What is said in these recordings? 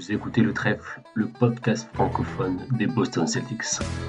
Vous écoutez Le Trèfle, le podcast francophone des Boston Celtics.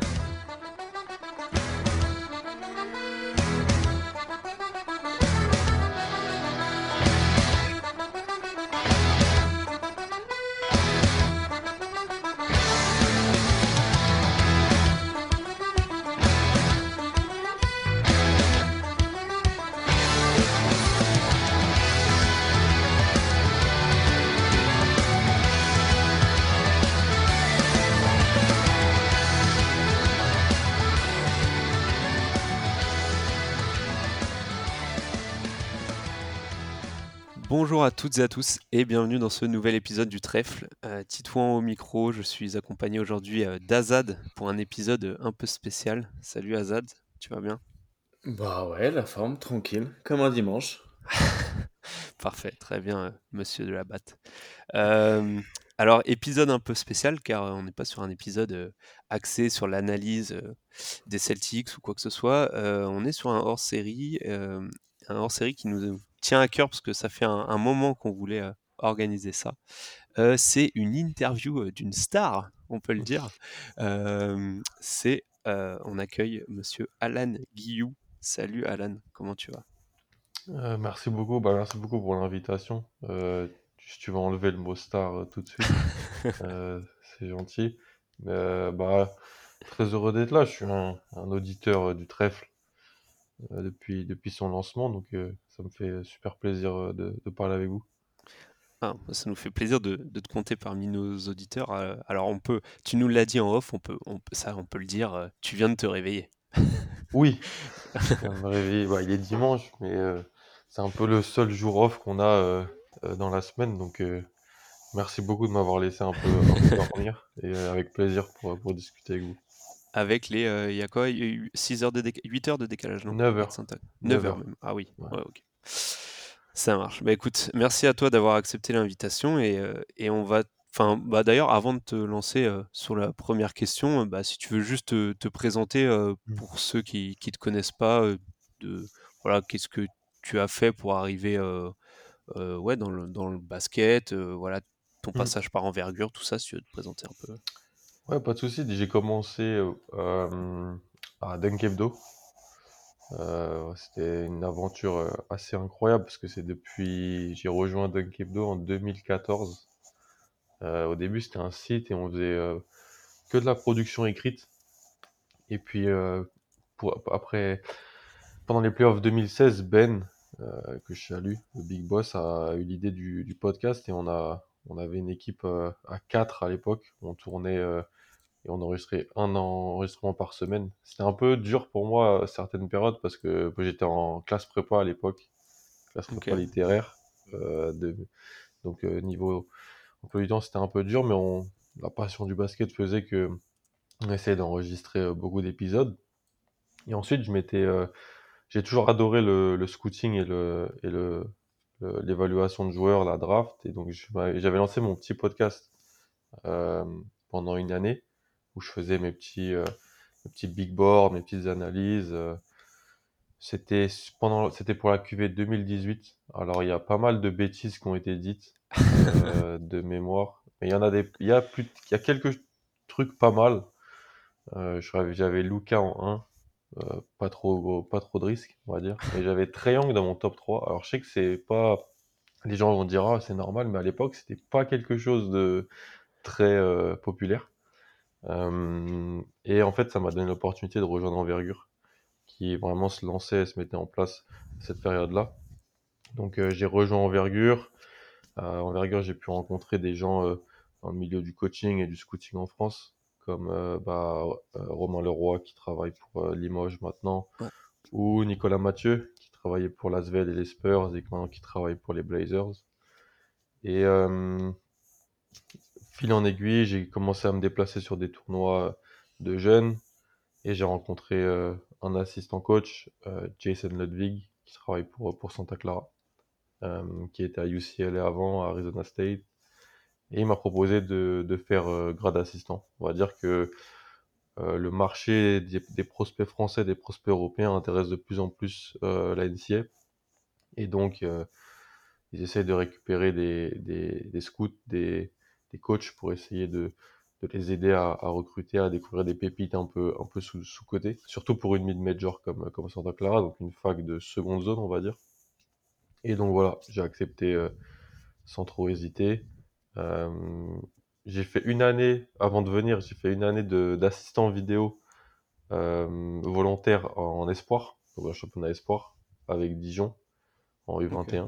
Bonjour à toutes et à tous et bienvenue dans ce nouvel épisode du Trèfle. Titouan au micro, je suis accompagné aujourd'hui d'Azad pour un épisode un peu spécial. Salut Azad, tu vas bien? Bah ouais, la forme, tranquille, comme un dimanche. Parfait, très bien, monsieur de la batte. Euh, alors, épisode un peu spécial car on n'est pas sur un épisode axé sur l'analyse des Celtics ou quoi que ce soit. On est sur un hors-série qui nous tient à cœur parce que ça fait un moment qu'on voulait organiser ça. C'est une interview d'une star, on peut le dire. On accueille monsieur Alan Guillou. Salut Alan, comment tu vas? Merci beaucoup, merci beaucoup pour l'invitation. Si tu vas enlever le mot star tout de suite, c'est gentil. Très heureux d'être là. Je suis un auditeur du Trèfle depuis son lancement, donc ça me fait super plaisir de parler avec vous. Ah, ça nous fait plaisir de te compter parmi nos auditeurs. Alors tu nous l'as dit en off, on peut le dire, tu viens de te réveiller. Oui, je viens de me réveiller. Il est dimanche, mais c'est un peu le seul jour off qu'on a dans la semaine, donc merci beaucoup de m'avoir laissé un peu dormir et avec plaisir pour discuter avec vous. Avec il y a quoi? Il y a eu 6 heures 8 heures de décalage, non? 9 Heure de heures. Sainte-Anne. 9 9 heures heures. même. Ah oui, Ouais. ouais, ok. Ça marche. Bah écoute, merci à toi d'avoir accepté l'invitation et on va. Enfin, bah d'ailleurs, avant de te lancer sur la première question, bah, si tu veux juste te présenter Mm. pour ceux qui te connaissent pas, voilà, qu'est-ce que tu as fait pour arriver ouais, dans le basket, voilà, ton Mm. passage par envergure, tout ça, si tu veux te présenter un peu. Ouais, pas de souci. J'ai commencé à Dunk Hebdo. C'était une aventure assez incroyable parce que j'ai rejoint Dunk Hebdo en 2014. Au début, c'était un site et on faisait que de la production écrite. Et puis, après, pendant les playoffs 2016, Ben, que je salue, le Big Boss, a eu l'idée du podcast et on avait une équipe à 4 à l'époque. On tournait et on enregistrait un enregistrement par semaine. C'était un peu dur pour moi certaines périodes parce que j'étais en classe prépa à l'époque, classe prépa Ok. littéraire. Donc niveau emploi du temps, c'était un peu dur, mais la passion du basket faisait que on essayait d'enregistrer beaucoup d'épisodes. Et ensuite, j'ai toujours adoré le scouting et l'évaluation de joueurs, la draft. Et donc, j'avais lancé mon petit podcast euh, pendant une année où je faisais mes petits big boards, mes petites analyses. C'était pour la QV 2018. Alors, il y a pas mal de bêtises qui ont été dites de mémoire. Mais il y a quelques trucs pas mal. J'avais Luka en 1. Pas trop de risques, on va dire. Et j'avais Trae Young dans mon top 3. Alors je sais que c'est pas. Les gens vont dire, ah, c'est normal, mais à l'époque, c'était pas quelque chose de très populaire. Et en fait, ça m'a donné l'opportunité de rejoindre Envergure, qui vraiment se lançait et se mettait en place à cette période-là. Donc j'ai rejoint Envergure. À Envergure, j'ai pu rencontrer des gens dans le milieu du coaching et du scouting en France, comme Romain Leroy qui travaille pour Limoges maintenant, Ouais. ou Nicolas Mathieu, qui travaillait pour l'Asvel et les Spurs, et maintenant qui travaille pour les Blazers. Et fil en aiguille, j'ai commencé à me déplacer sur des tournois de jeunes, et j'ai rencontré un assistant coach, Jason Ludwig, qui travaille pour Santa Clara, qui était à UCLA avant, à Arizona State, et il m'a proposé de faire grade assistant. On va dire que le marché des prospects français, des prospects européens intéresse de plus en plus la NCA. Et donc, ils essayent de récupérer des scouts, des des coachs pour essayer de les aider à recruter, à découvrir des pépites un peu sous-côté. Surtout pour une mid-major comme Santa Clara, donc une fac de seconde zone, on va dire. Et donc voilà, j'ai accepté sans trop hésiter. Euh, j'ai fait une année, avant de venir, j'ai fait une année d'assistant vidéo volontaire en espoir, donc un championnat espoir, avec Dijon, en U21,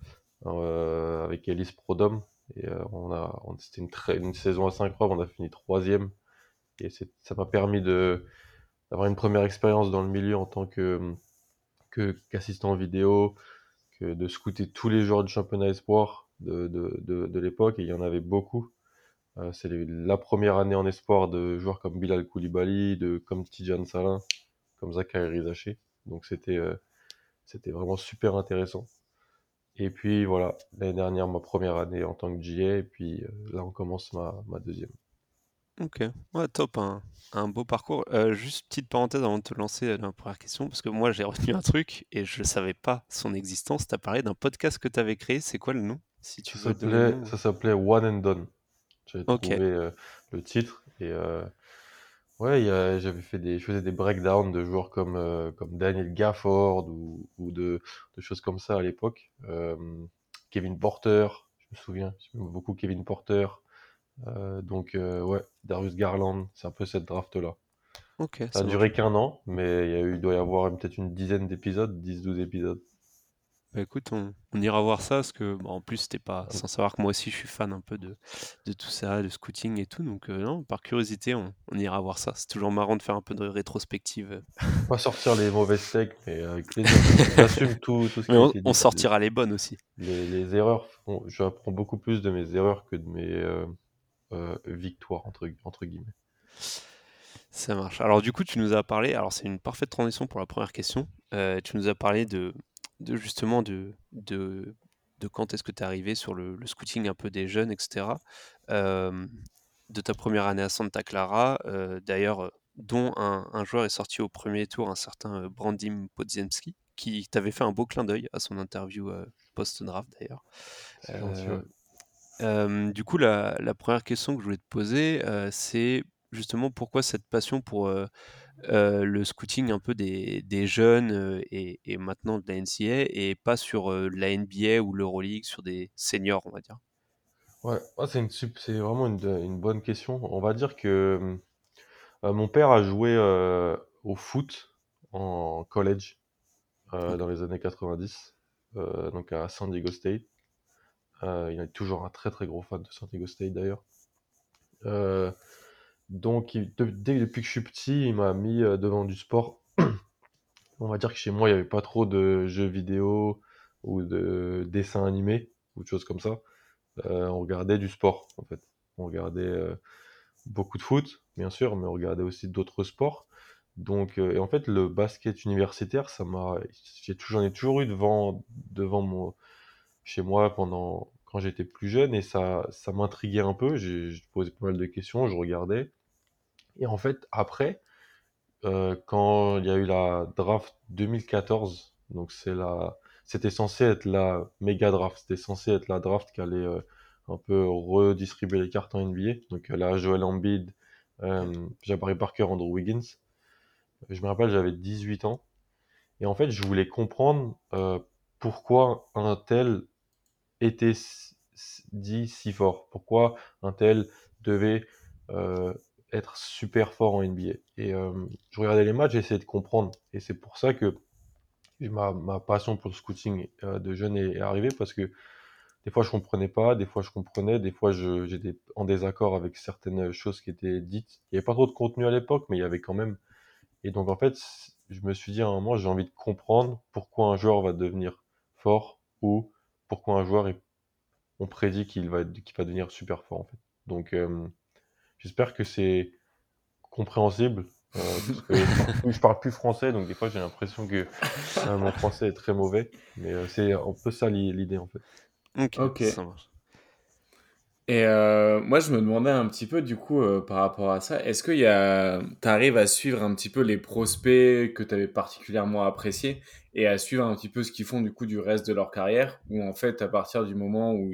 avec Ellis Prodom. Et c'était une saison assez incroyable, on a fini 3e. Et ça m'a permis d'avoir une première expérience dans le milieu en tant qu'assistant vidéo, de scouter tous les joueurs du championnat espoir de l'époque, et il y en avait beaucoup. C'est la première année en espoir de joueurs comme Bilal Koulibaly, comme Tidjane Salin, comme Zachary Rizaché. Donc c'était vraiment super intéressant. Et puis voilà, l'année dernière, ma première année en tant que GA, et puis là on commence ma deuxième. Ok, ouais, top, un beau parcours. Juste petite parenthèse avant de te lancer dans la première question, parce que moi j'ai retenu un truc et je savais pas son existence. Tu as parlé d'un podcast que tu avais créé, c'est quoi le nom? Si tu veux donner le nom. Ça s'appelait One and Done. J'avais Ok, trouvé le titre, et ouais, je faisais des breakdowns de joueurs comme Daniel Gafford ou de choses comme ça à l'époque. Kevin Porter, je me souviens, j'aime beaucoup Kevin Porter. Donc ouais, Darius Garland, c'est un peu cette draft-là. ok, Ça a ça marche. duré qu'un an, mais il doit y avoir peut-être une dizaine d'épisodes, 10-12 épisodes. Bah, écoute, on ira voir ça, parce que en plus, c'était pas sans savoir que moi aussi je suis fan un peu de tout ça, de scouting et tout, donc non, par curiosité, on ira voir ça. C'est toujours marrant de faire un peu de rétrospective. Pas sortir les mauvaises takes, mais avec plaisir. J'assume tout ce Mais qui a on, été on dit. sortira les bonnes aussi. Les erreurs, j'apprends beaucoup plus de mes erreurs que de mes victoires, entre guillemets. Ça marche. Alors du coup, tu nous as parlé, alors c'est une parfaite transition pour la première question. Tu nous as parlé justement de quand est-ce que tu es arrivé sur le scouting un peu des jeunes, etc. Euh, de ta première année à Santa Clara, d'ailleurs, dont un joueur est sorti au premier tour, un certain Brandim Podziemski, qui t'avait fait un beau clin d'œil à son interview post-draft d'ailleurs. C'est gentil, ouais. Du coup, la première question que je voulais te poser, c'est justement pourquoi cette passion pour le scouting un peu des jeunes et maintenant de la NCAA et pas sur la NBA ou l'Euroleague, sur des seniors, on va dire. Ouais, c'est vraiment une bonne question. On va dire que mon père a joué au foot en college Ok. dans les années 90, donc à San Diego State. Il est toujours un très très gros fan de San Diego State d'ailleurs. Euh, donc depuis que je suis petit, il m'a mis devant du sport. On va dire que chez moi, il n'y avait pas trop de jeux vidéo ou de dessins animés ou de choses comme ça. On regardait du sport, en fait. On regardait beaucoup de foot, bien sûr, mais on regardait aussi d'autres sports. Donc, et en fait, le basket universitaire, j'en ai toujours eu chez moi quand j'étais plus jeune, et ça m'intriguait un peu. Je posais pas mal de questions, je regardais. Et en fait, après, quand il y a eu la draft 2014, donc c'était censé être la méga draft, c'était censé être la draft qui allait un peu redistribuer les cartes en NBA. Donc là, Joel Embiid, Jabari Parker, Andrew Wiggins. Je me rappelle, j'avais 18 ans. Et en fait, je voulais comprendre pourquoi un tel était dit si fort. Pourquoi un tel devait euh, être super fort en NBA. Et je regardais les matchs, j'essayais de comprendre. Et c'est pour ça que ma passion pour le scouting de jeune est arrivée, parce que des fois je comprenais pas, des fois je comprenais, des fois j'étais en désaccord avec certaines choses qui étaient dites. Il n'y avait pas trop de contenu à l'époque, mais il y avait quand même. Et donc en fait, je me suis dit à un moment, j'ai envie de comprendre pourquoi un joueur va devenir fort, ou pourquoi un joueur on prédit qu'il va devenir super fort en fait. Donc j'espère que c'est compréhensible, parce que je parle plus français, donc des fois j'ai l'impression que mon français est très mauvais, mais c'est un peu ça l'idée en fait. Ok, Ok. ça marche. Et moi, je me demandais un petit peu, du coup, par rapport à ça, est-ce t'arrives à suivre un petit peu les prospects que tu avais particulièrement appréciés et à suivre un petit peu ce qu'ils font, du coup, du reste de leur carrière, ou en fait, à partir du moment où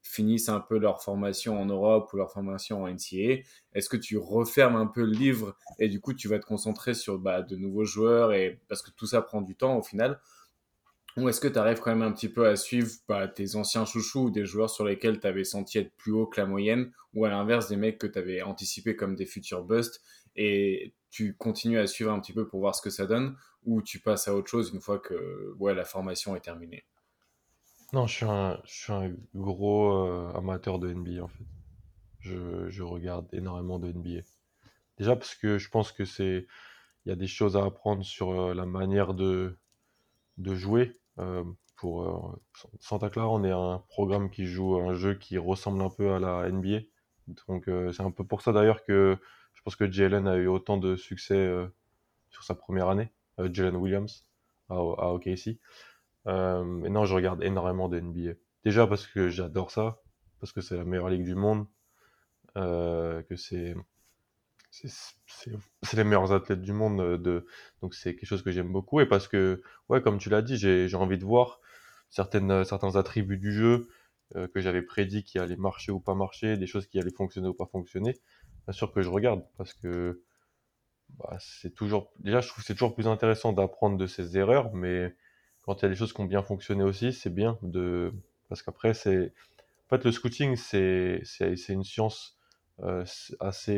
finissent un peu leur formation en Europe ou leur formation en NCAA, est-ce que tu refermes un peu le livre et du coup tu vas te concentrer sur de nouveaux joueurs et parce que tout ça prend du temps au final? Ou est-ce que tu arrives quand même un petit peu à suivre tes anciens chouchous ou des joueurs sur lesquels tu avais senti être plus haut que la moyenne, ou à l'inverse des mecs que tu avais anticipés comme des futurs busts, et tu continues à suivre un petit peu pour voir ce que ça donne, ou tu passes à autre chose une fois que la formation est terminée? Non, je suis un gros amateur de NBA en fait. Je regarde énormément de NBA. Déjà parce que je pense que il y a des choses à apprendre sur la manière de jouer. Pour Santa Clara, on est un programme qui joue un jeu qui ressemble un peu à la NBA. Donc c'est un peu pour ça d'ailleurs que je pense que Jalen a eu autant de succès sur sa première année, Jalen Williams à OKC. Et non, je regarde énormément de NBA. Déjà parce que j'adore ça, parce que c'est la meilleure ligue du monde, que c'est c'est- c'est les meilleurs athlètes du monde, donc c'est quelque chose que j'aime beaucoup. Et parce que, ouais, comme tu l'as dit, j'ai envie de voir certains attributs du jeu que j'avais prédit qui allaient marcher ou pas marcher, des choses qui allaient fonctionner ou pas fonctionner. Bien sûr que je regarde, parce que c'est toujours, déjà, je trouve que c'est toujours plus intéressant d'apprendre de ses erreurs, mais quand il y a des choses qui ont bien fonctionné aussi, c'est bien parce qu'après, en fait, le scouting, c'est une science assez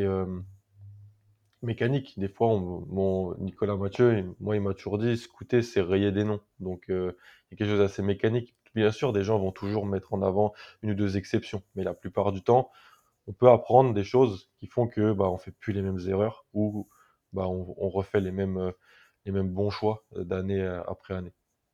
mécanique. Des fois, mon Nicolas Mathieu, moi, il m'a toujours dit, scouter, c'est rayer des noms. Donc, il y a quelque chose d'assez mécanique. Bien sûr, des gens vont toujours mettre en avant une ou deux exceptions, mais la plupart du temps, on peut apprendre des choses qui font que on fait plus les mêmes erreurs ou on refait les mêmes bons choix d'année après année.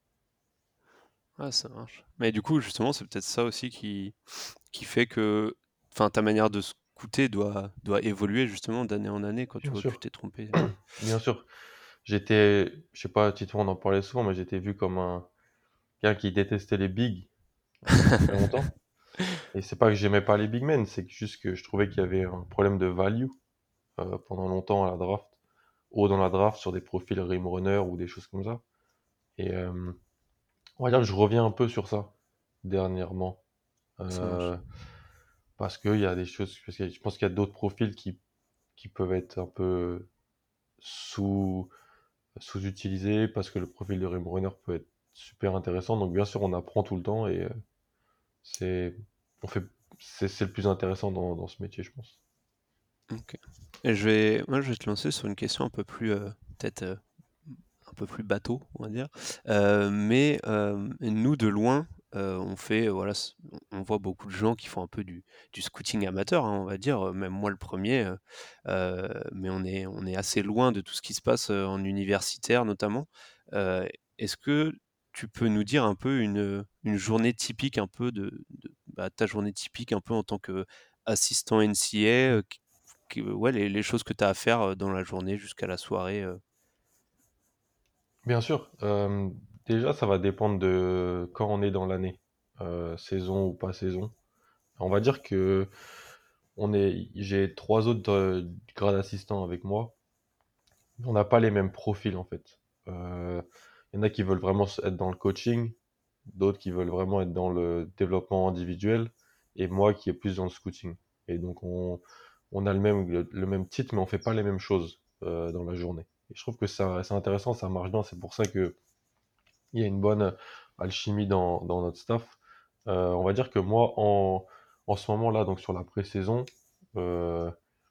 Ah, ça marche. Mais du coup, justement, c'est peut-être ça aussi qui fait que, enfin, ta manière de scouter doit évoluer justement d'année en année quand tu Bien vois que tu sûr, t'es trompé. bien sûr. Je sais pas, Tito, on en parlait souvent, mais j'étais vu comme un gars qui détestait les bigs pendant très longtemps. Et c'est pas que j'aimais pas les big men, c'est juste que je trouvais qu'il y avait un problème de value pendant longtemps à la draft, haut dans la draft sur des profils rim runner ou des choses comme ça. Et on va dire que je reviens un peu sur ça dernièrement. Ça marche. Euh, Parce qu'il y a des choses, parce que je pense qu'il y a d'autres profils qui peuvent être un peu sous, sous-utilisés parce que le profil de rim runner peut être super intéressant. Donc bien sûr, on apprend tout le temps et c'est, on fait, c'est le plus intéressant dans ce métier, je pense. Ok. Et moi, je vais te lancer sur une question un peu plus, peut-être un peu plus bateau, on va dire. Mais nous, de loin, on fait, voilà, on voit beaucoup de gens qui font un peu du scouting amateur, hein, on va dire, même moi le premier, mais on est assez loin de tout ce qui se passe en universitaire notamment. Est-ce que tu peux nous dire un peu une journée typique, un peu ta journée typique un peu en tant qu'assistant NCA, ouais, les choses que tu as à faire dans la journée jusqu'à la soirée. Bien sûr, déjà ça va dépendre de quand on est dans l'année, saison ou pas saison. On va dire que j'ai trois autres grades assistants avec moi. On n'a pas les mêmes profils en fait. Il y en a qui veulent vraiment être dans le coaching, d'autres qui veulent vraiment être dans le développement individuel, et moi qui est plus dans le scouting. Et donc on a le même titre, mais on fait pas les mêmes choses dans la journée. Et je trouve que ça, c'est intéressant, ça marche bien. C'est pour ça que il y a une bonne alchimie dans notre staff. On va dire que moi, en ce moment-là, donc sur la pré-saison, euh,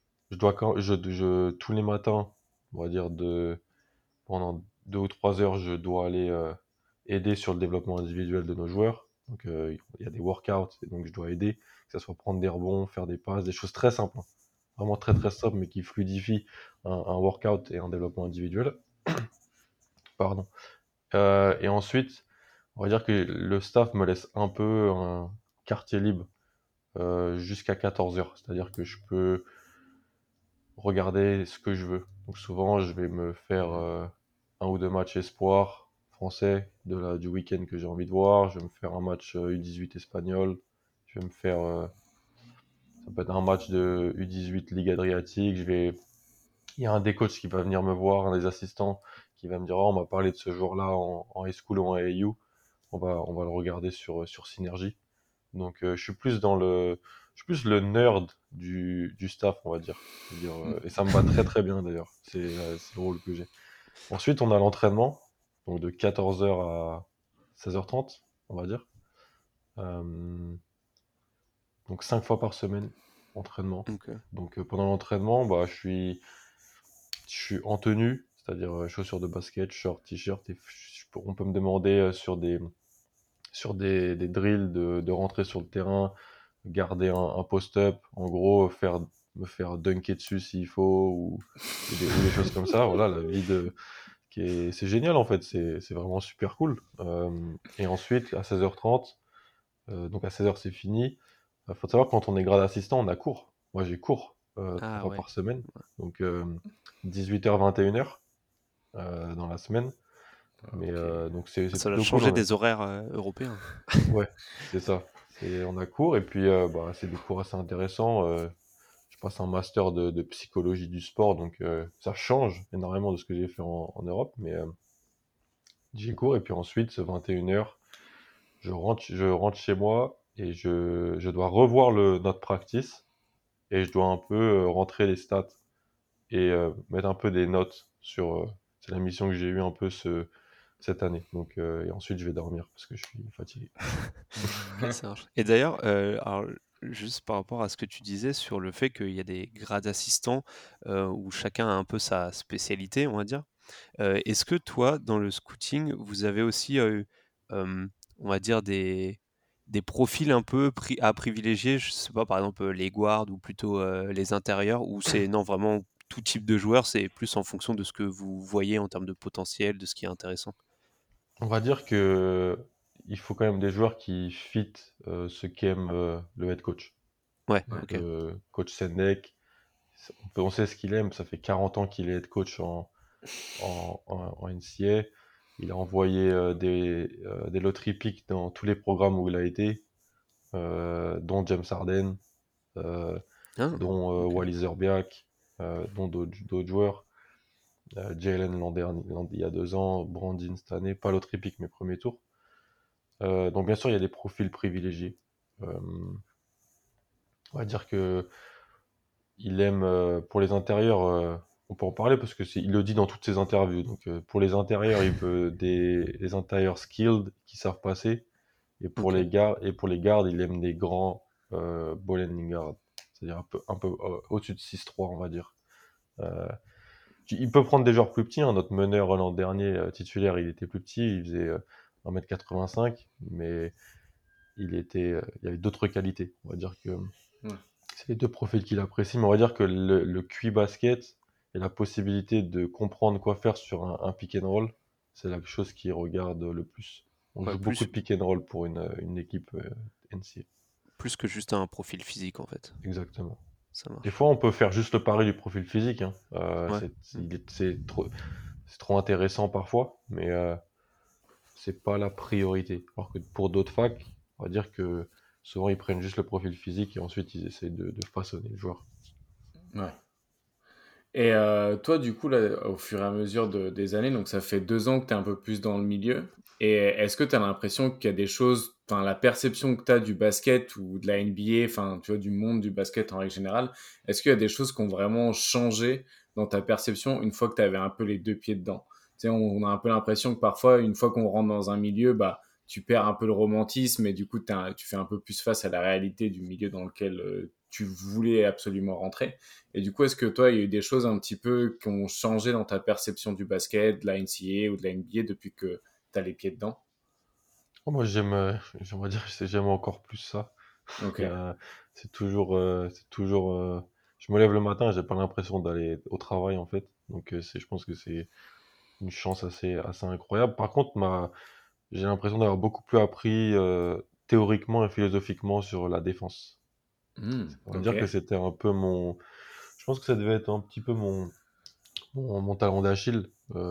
tous les matins, on va dire pendant 2 ou 3 heures, je dois aller aider sur le développement individuel de nos joueurs. Donc il y a des workouts, et donc je dois aider, que ce soit prendre des rebonds, faire des passes, des choses très simples, hein. Vraiment très très simples, mais qui fluidifient un workout et un développement individuel. Pardon. Et ensuite, on va dire que le staff me laisse un peu un quartier libre jusqu'à 14 heures. C'est-à-dire que je peux regarder ce que je veux. Donc souvent, je vais me faire un ou deux matchs espoir français du week-end que j'ai envie de voir. Je vais me faire un match U18 espagnol. Je vais me faire, ça peut être un match de U18 Ligue Adriatique. Il y a un des coachs qui va venir me voir, un des assistants qui va me dire, oh, on m'a parlé de ce joueur-là en high school ou en AAU. On va le regarder sur Synergie. Donc, je suis plus le nerd du staff, on va dire. Et ça me va très très bien d'ailleurs. C'est le rôle que j'ai. Ensuite, on a l'entraînement, donc de 14h à 16h30, on va dire. Euh, donc 5 fois par semaine, entraînement. Ok. Donc pendant l'entraînement, bah, je suis en tenue, c'est-à-dire chaussures de basket, short, t-shirt. Et on peut me demander sur des drills de rentrer sur le terrain, garder un post-up, en gros, me faire dunker dessus s'il faut, ou des choses comme ça. Voilà, la vie c'est génial en fait, c'est vraiment super cool. Et ensuite, à 16h30, donc à 16h c'est fini. Il faut savoir que quand on est grade assistant, on a cours. Moi j'ai cours 3 Ah fois ouais. par semaine, donc 18h, 21h dans la semaine. Mais Ok. donc c'est Ça doit plutôt cool. changer des horaires européens. Ouais, c'est ça. On a cours et puis bah, c'est des cours assez intéressants. Je passe un master de psychologie du sport, donc ça change énormément de ce que j'ai fait en Europe. Mais j'ai cours et puis ensuite, 21h, je rentre chez moi et je dois revoir notre practice et je dois un peu rentrer les stats et mettre un peu des notes sur. C'est la mission que j'ai eue un peu cette année. Donc, et ensuite, je vais dormir parce que je suis fatigué. Ça marche. Et d'ailleurs, alors, juste par rapport à ce que tu disais sur le fait qu'il y a des grades assistants où chacun a un peu sa spécialité, on va dire. Est-ce que toi, dans le scouting, vous avez aussi, on va dire, des profils un peu à privilégier? Je sais pas, par exemple, les guards ou plutôt les intérieurs, ou c'est non, vraiment tout type de joueur, c'est plus en fonction de ce que vous voyez en termes de potentiel, de ce qui est intéressant? On va dire que il faut quand même des joueurs qui fit ce qu'aime le head coach. Ouais, Ouais. ok. Coach Sendek, on sait ce qu'il aime. Ça fait 40 ans qu'il est head coach en NCA. Il a envoyé des lottery picks dans tous les programmes où il a été, dont James Harden, euh, Ah, dont ok. Wally Zerbiak, dont d'autres joueurs. Jalen l'an dernier, il y a 2 ans, Brandon cette année, pas lottery pick mais premier tour. Donc bien sûr, il y a des profils privilégiés. Euh, on va dire que il aime pour les intérieurs, on peut en parler parce que il le dit dans toutes ses interviews. Donc pour les intérieurs, il veut des intérieurs skilled qui savent passer. Et Ok. pour les gardes, il aime des grands ball handling guards, c'est-à-dire un peu au-dessus de 6'3", on va dire. Euh, il peut prendre des joueurs plus petits. Notre meneur l'an dernier titulaire, il était plus petit, il faisait 1m85, mais il y avait d'autres qualités. On va dire que Ouais. c'est les deux profils qu'il apprécie, mais on va dire que le QI basket et la possibilité de comprendre quoi faire sur un pick and roll, c'est la chose qu'il regarde le plus. On Ouais, joue beaucoup de pick and roll pour une équipe NCA. plus que juste un profil physique, en fait. Exactement. Ça Des marche. fois, on peut faire juste le pari du profil physique, hein. Ouais. Mm. C'est trop intéressant parfois, mais c'est pas la priorité. Alors que pour d'autres facs, on va dire que souvent ils prennent juste le profil physique et ensuite ils essaient de façonner le joueur. Ouais. Et toi, du coup, là, au fur et à mesure des années, donc ça fait 2 ans que tu es un peu plus dans le milieu. Et est-ce que tu as l'impression qu'il y a des choses, enfin, la perception que tu as du basket ou de la NBA, enfin, tu vois, du monde du basket en règle générale, est-ce qu'il y a des choses qui ont vraiment changé dans ta perception une fois que tu avais un peu les deux pieds dedans? Tu sais, on a un peu l'impression que parfois, une fois qu'on rentre dans un milieu, bah, tu perds un peu le romantisme et du coup, tu fais un peu plus face à la réalité du milieu dans lequel tu voulais absolument rentrer. Et du coup, est-ce que toi, il y a eu des choses un petit peu qui ont changé dans ta perception du basket, de la NCAA ou de la NBA depuis que tu as les pieds dedans? Oh, moi j'aimerais dire que j'aime encore plus ça. Ok. Euh, c'est toujours, je me lève le matin, j'ai pas l'impression d'aller au travail en fait. Donc je pense que c'est une chance assez incroyable. Par contre, j'ai l'impression d'avoir beaucoup plus appris théoriquement et philosophiquement sur la défense. On va Ok. dire que c'était un peu je pense que ça devait être un petit peu mon talon d'Achille.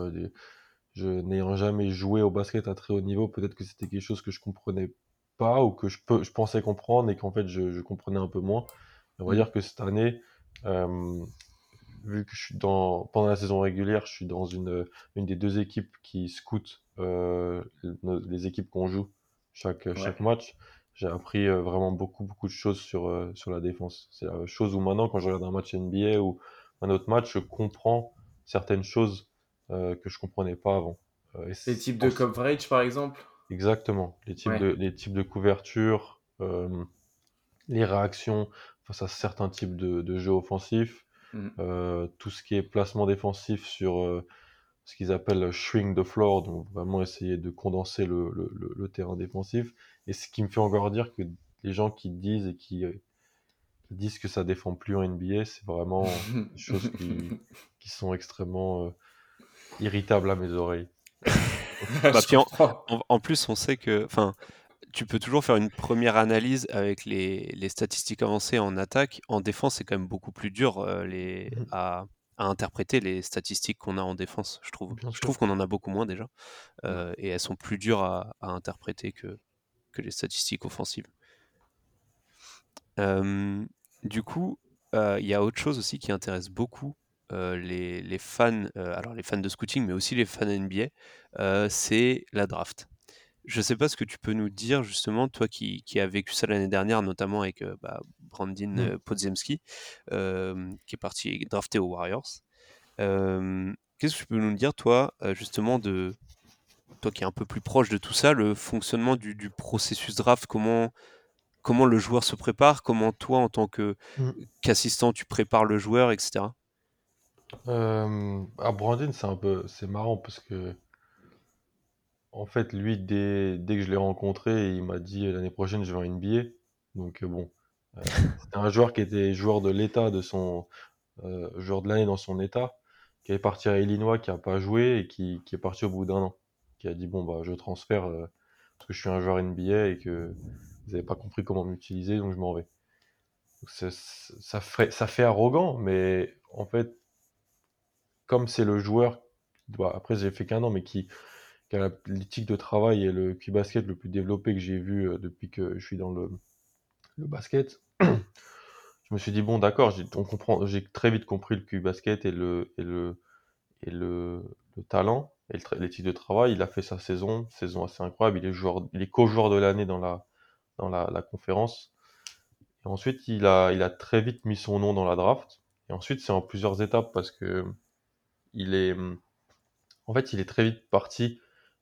N'ayant jamais joué au basket à très haut niveau, peut-être que c'était quelque chose que je comprenais pas ou que je pensais comprendre et qu'en fait je comprenais un peu moins. On va Hmm. dire que cette année, euh, vu que pendant la saison régulière, je suis dans une des deux équipes qui scoutent les équipes qu'on joue Ouais. chaque match. j'ai appris vraiment beaucoup, beaucoup de choses sur la défense. C'est la chose où maintenant, quand je regarde un match NBA ou un autre match, je comprends certaines choses que je comprenais pas avant. Et Les je types de pense coverage, par exemple? exactement Ouais. les types de couverture, les réactions face à certains types de jeux offensifs, Mhm. tout ce qui est placement défensif sur ce qu'ils appellent shrink the floor, donc vraiment essayer de condenser le terrain défensif. Et ce qui me fait encore dire que les gens qui disent et qui disent que ça défend plus en NBA, c'est vraiment des choses qui sont extrêmement irritables à mes oreilles. Bah, Je puis comprends. en plus, on sait que, enfin, tu peux toujours faire une première analyse avec les statistiques avancées en attaque. En défense, c'est quand même beaucoup plus dur Mhm. à interpréter les statistiques qu'on a en défense, je trouve. Bien Je trouve sûr. qu'on en a beaucoup moins déjà, Ouais. et elles sont plus dures à interpréter que les statistiques offensives. Euh, du coup, il y a autre chose aussi qui intéresse beaucoup les fans, alors les fans de scouting, mais aussi les fans NBA, c'est la draft. Je sais pas ce que tu peux nous dire justement, toi qui as vécu ça l'année dernière, notamment avec Brandin Mhm. Podziemski, qui est parti drafté aux Warriors. Qu'est-ce que tu peux nous dire, toi, justement, de toi qui es un peu plus proche de tout ça, le fonctionnement du processus draft, comment le joueur se prépare, comment toi, en tant Mhm. qu'assistant, tu prépares le joueur, etc. À Brandon, c'est marrant parce que en fait, lui, dès que je l'ai rencontré, il m'a dit l'année prochaine, je vais en NBA. Donc bon, c'était un joueur qui était joueur de l'État joueur de l'année dans son État, qui est parti à Illinois, qui a pas joué et qui est parti au bout d'un an, qui a dit bon bah je transfère parce que je suis un joueur NBA et que vous n'avez pas compris comment m'utiliser, donc je m'en vais. Donc ça fait arrogant, mais en fait, comme c'est le joueur, bah, après j'ai fait qu'un an, mais qui a l'éthique de travail et le Q-basket le plus développé que j'ai vu depuis que je suis dans le basket. Je me suis dit bon d'accord, j'ai très vite compris le Q-basket et le talent et l'éthique de travail. Il a fait sa saison assez incroyable. Il est co-joueur de l'année dans la conférence. Et ensuite, il a très vite mis son nom dans la draft. Et ensuite, c'est en plusieurs étapes parce que il est, en fait, il est très vite parti.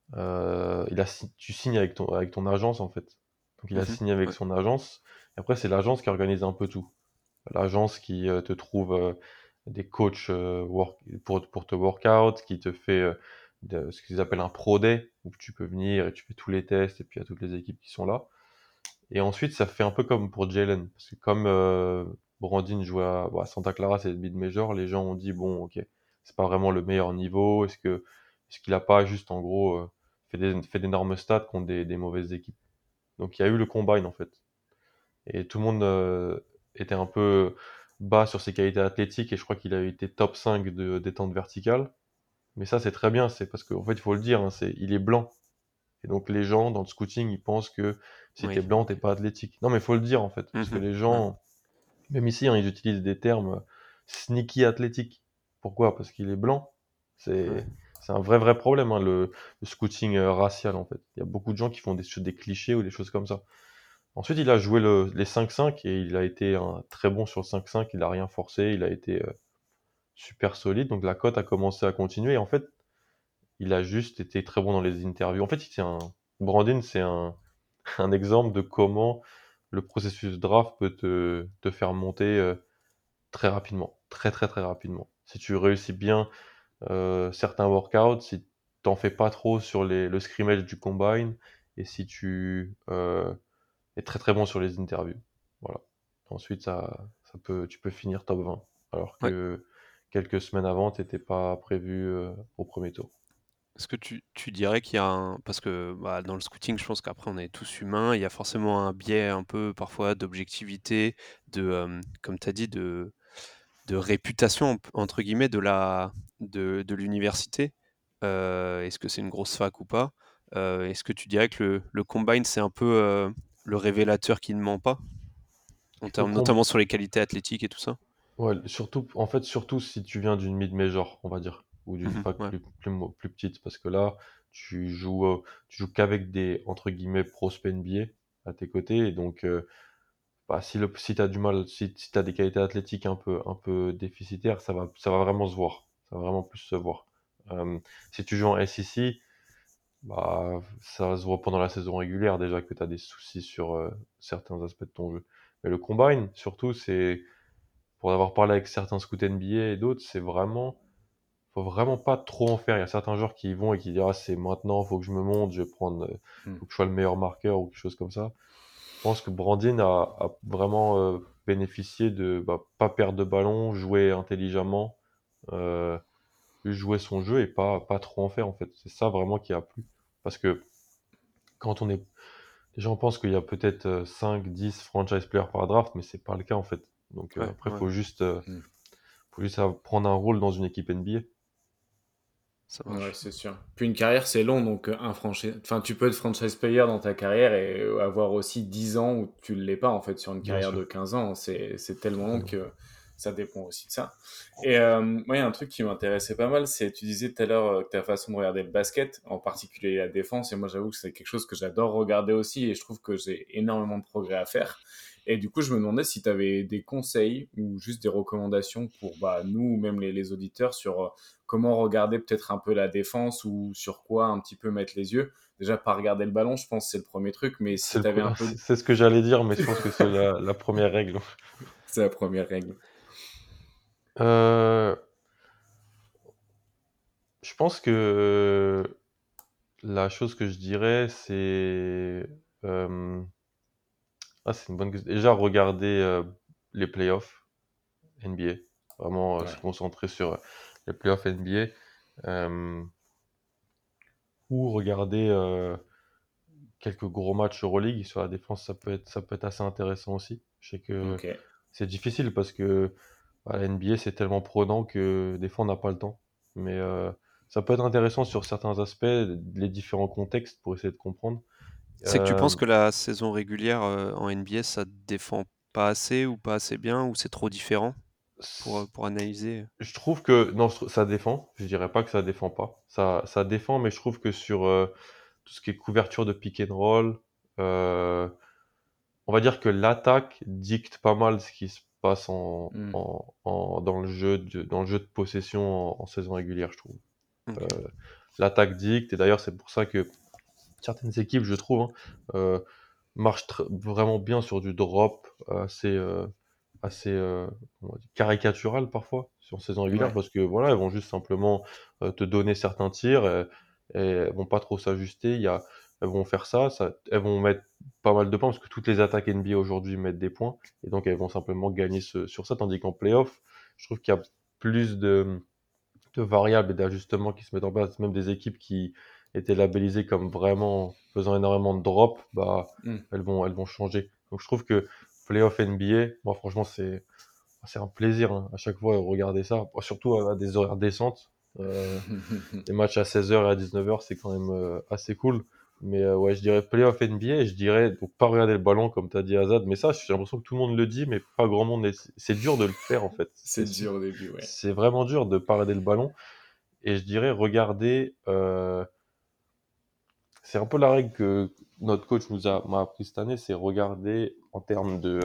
Tu signes avec ton agence en fait. Donc il a Mhm, signé avec ouais. son agence. Et après, c'est l'agence qui organise un peu tout. L'agence qui te trouve des coachs pour te workout, qui te fait ce qu'ils appellent un pro day, où tu peux venir et tu fais tous les tests, et puis il y a toutes les équipes qui sont là. Et ensuite, ça fait un peu comme pour Jalen, parce que comme Brandin jouait à Santa Clara, c'est le mid-major, les gens ont dit, bon, ok, c'est pas vraiment le meilleur niveau, est-ce qu'il a pas juste, en gros, fait d'énormes stats contre des mauvaises équipes. Donc il y a eu le combine, en fait. Et tout le monde était un peu bas sur ses qualités athlétiques et je crois qu'il a été top 5 de détente verticale. Mais ça, c'est très bien, c'est parce qu'en fait, il faut le dire, hein, il est blanc. Et donc, les gens, dans le scouting, ils pensent que si t'es Oui, blanc, t'es ok. pas athlétique. Non, mais il faut le dire, en fait. Parce que Mhm, les ouais, gens, même ici, hein, ils utilisent des termes sneaky athlétique. Pourquoi? Parce qu'il est blanc. ouais. C'est un vrai problème, hein, le scouting racial, en fait. Il y a beaucoup de gens qui font des clichés ou des choses comme ça. Ensuite, il a joué les 5-5 et il a été très bon sur le 5-5. Il a rien forcé. Il a été super solide. Donc la cote a commencé à continuer. Et en fait, il a juste été très bon dans les interviews. En fait, Brandon, c'est un exemple de comment le processus draft peut te faire monter très rapidement. Très, très, très rapidement. Si tu réussis bien certains workouts, si t'en fais pas trop sur le scrimmage du combine et si tu est très très bon sur les interviews. Voilà. Ensuite, tu peux finir top 20. Alors Ouais. que quelques semaines avant, t'étais pas prévu au premier tour. Est-ce que tu dirais qu'il y a un... Parce que bah, dans le scouting, je pense qu'après, on est tous humains. Il y a forcément un biais un peu parfois d'objectivité, comme tu as dit, de réputation, entre guillemets, de l'université. Est-ce que c'est une grosse fac ou pas? Est-ce que tu dirais que le combine, c'est un peu le révélateur qui ne ment pas, Le com- notamment sur les qualités athlétiques et tout ça? ouais, surtout si tu viens d'une mid-major, on va dire, ou d'une Mhm, fac ouais. plus petite, parce que là, tu joues qu'avec des, entre guillemets, prospects NBA, à tes côtés. Et donc, si tu as du mal, si tu as des qualités athlétiques un peu déficitaires, ça va vraiment se voir. Ça va vraiment plus se voir. Si tu joues en SEC, ça se voit pendant la saison régulière déjà que tu as des soucis sur certains aspects de ton jeu. Mais le combine, surtout, c'est pour avoir parlé avec certains scouts NBA et d'autres, faut vraiment pas trop en faire. Il y a certains joueurs qui y vont et qui disent, ah, c'est maintenant, faut que je me monte, faut que je sois le meilleur marqueur ou quelque chose comme ça. Je pense que Brandin a vraiment bénéficié de pas perdre de ballon, jouer intelligemment, euh, juste jouer son jeu et pas trop en faire en fait. C'est ça vraiment qui a plu. Parce que quand les gens pensent qu'il y a peut-être 5, 10 franchise players par draft, mais c'est pas le cas en fait. Donc Ouais, après, ouais, faut juste prendre un rôle dans une équipe NBA. ça Ouais, marche. c'est sûr. Puis une carrière, c'est long, donc enfin, tu peux être franchise player dans ta carrière et avoir aussi 10 ans où tu ne l'es pas, en fait, sur une Bien carrière de sûr, 15 ans. C'est tellement long totalement. que ça dépend aussi de ça. Et moi, il y a un truc qui m'intéressait pas mal, c'est, tu disais tout à l'heure que ta façon de regarder le basket, en particulier la défense, et moi, j'avoue que c'est quelque chose que j'adore regarder aussi, et je trouve que j'ai énormément de progrès à faire. Et du coup, je me demandais si tu avais des conseils ou juste des recommandations pour nous ou même les auditeurs sur comment regarder peut-être un peu la défense ou sur quoi un petit peu mettre les yeux. Déjà, pas regarder le ballon, je pense que c'est le premier truc, mais si tu avais un peu... C'est ce que j'allais dire, mais je pense que c'est la première règle. C'est la première règle. Euh, je pense que la chose que je dirais, c'est une bonne question. Déjà, regarder les playoffs NBA. Vraiment se Ouais. concentrer sur les playoffs NBA. euh, ou regarder quelques gros matchs Euroleague. Sur la défense, ça peut être assez intéressant aussi. Je sais que Ok. c'est difficile parce que la NBA, c'est tellement prenant que des fois, on n'a pas le temps. Mais ça peut être intéressant sur certains aspects, les différents contextes pour essayer de comprendre. C'est que tu penses Euh, que la saison régulière en NBA, ça défend pas assez ou pas assez bien ou c'est trop différent pour analyser? je trouve que non, ça défend. Je dirais pas que ça défend pas. Ça défend, mais je trouve que sur tout ce qui est couverture de pick and roll, euh, on va dire que l'attaque dicte pas mal ce qui se passe Hmm. dans le jeu de possession en saison régulière, je trouve. Ok. Euh, L'attaque dicte, et d'ailleurs c'est pour ça que certaines équipes, je trouve, marchent vraiment bien sur du drop assez comment dire, caricatural parfois sur saison régulière, Ouais. parce que voilà, elles vont juste simplement te donner certains tirs et elles vont pas trop s'ajuster. Elles vont faire ça, elles vont mettre pas mal de points parce que toutes les attaques NBA aujourd'hui mettent des points et donc elles vont simplement gagner sur ça, tandis qu'en playoff, je trouve qu'il y a plus de variables et d'ajustements qui se mettent en place, même des équipes qui étaient labellisées comme vraiment faisant énormément de drops, Hmm. elles vont changer. Donc je trouve que playoff NBA, moi franchement c'est un plaisir à chaque fois de regarder ça, surtout à des horaires décentes. Les matchs à 16h et à 19h, c'est quand même assez cool. Mais ouais, je dirais playoff NBA et je dirais donc pas regarder le ballon comme tu as dit Azad, mais ça j'ai l'impression que tout le monde le dit, mais pas grand monde. C'est dur de le faire en fait. C'est dur au début, ouais. C'est vraiment dur de pas regarder le ballon. Et je dirais regarder, c'est un peu la règle que notre coach m'a appris cette année, c'est regarder en termes de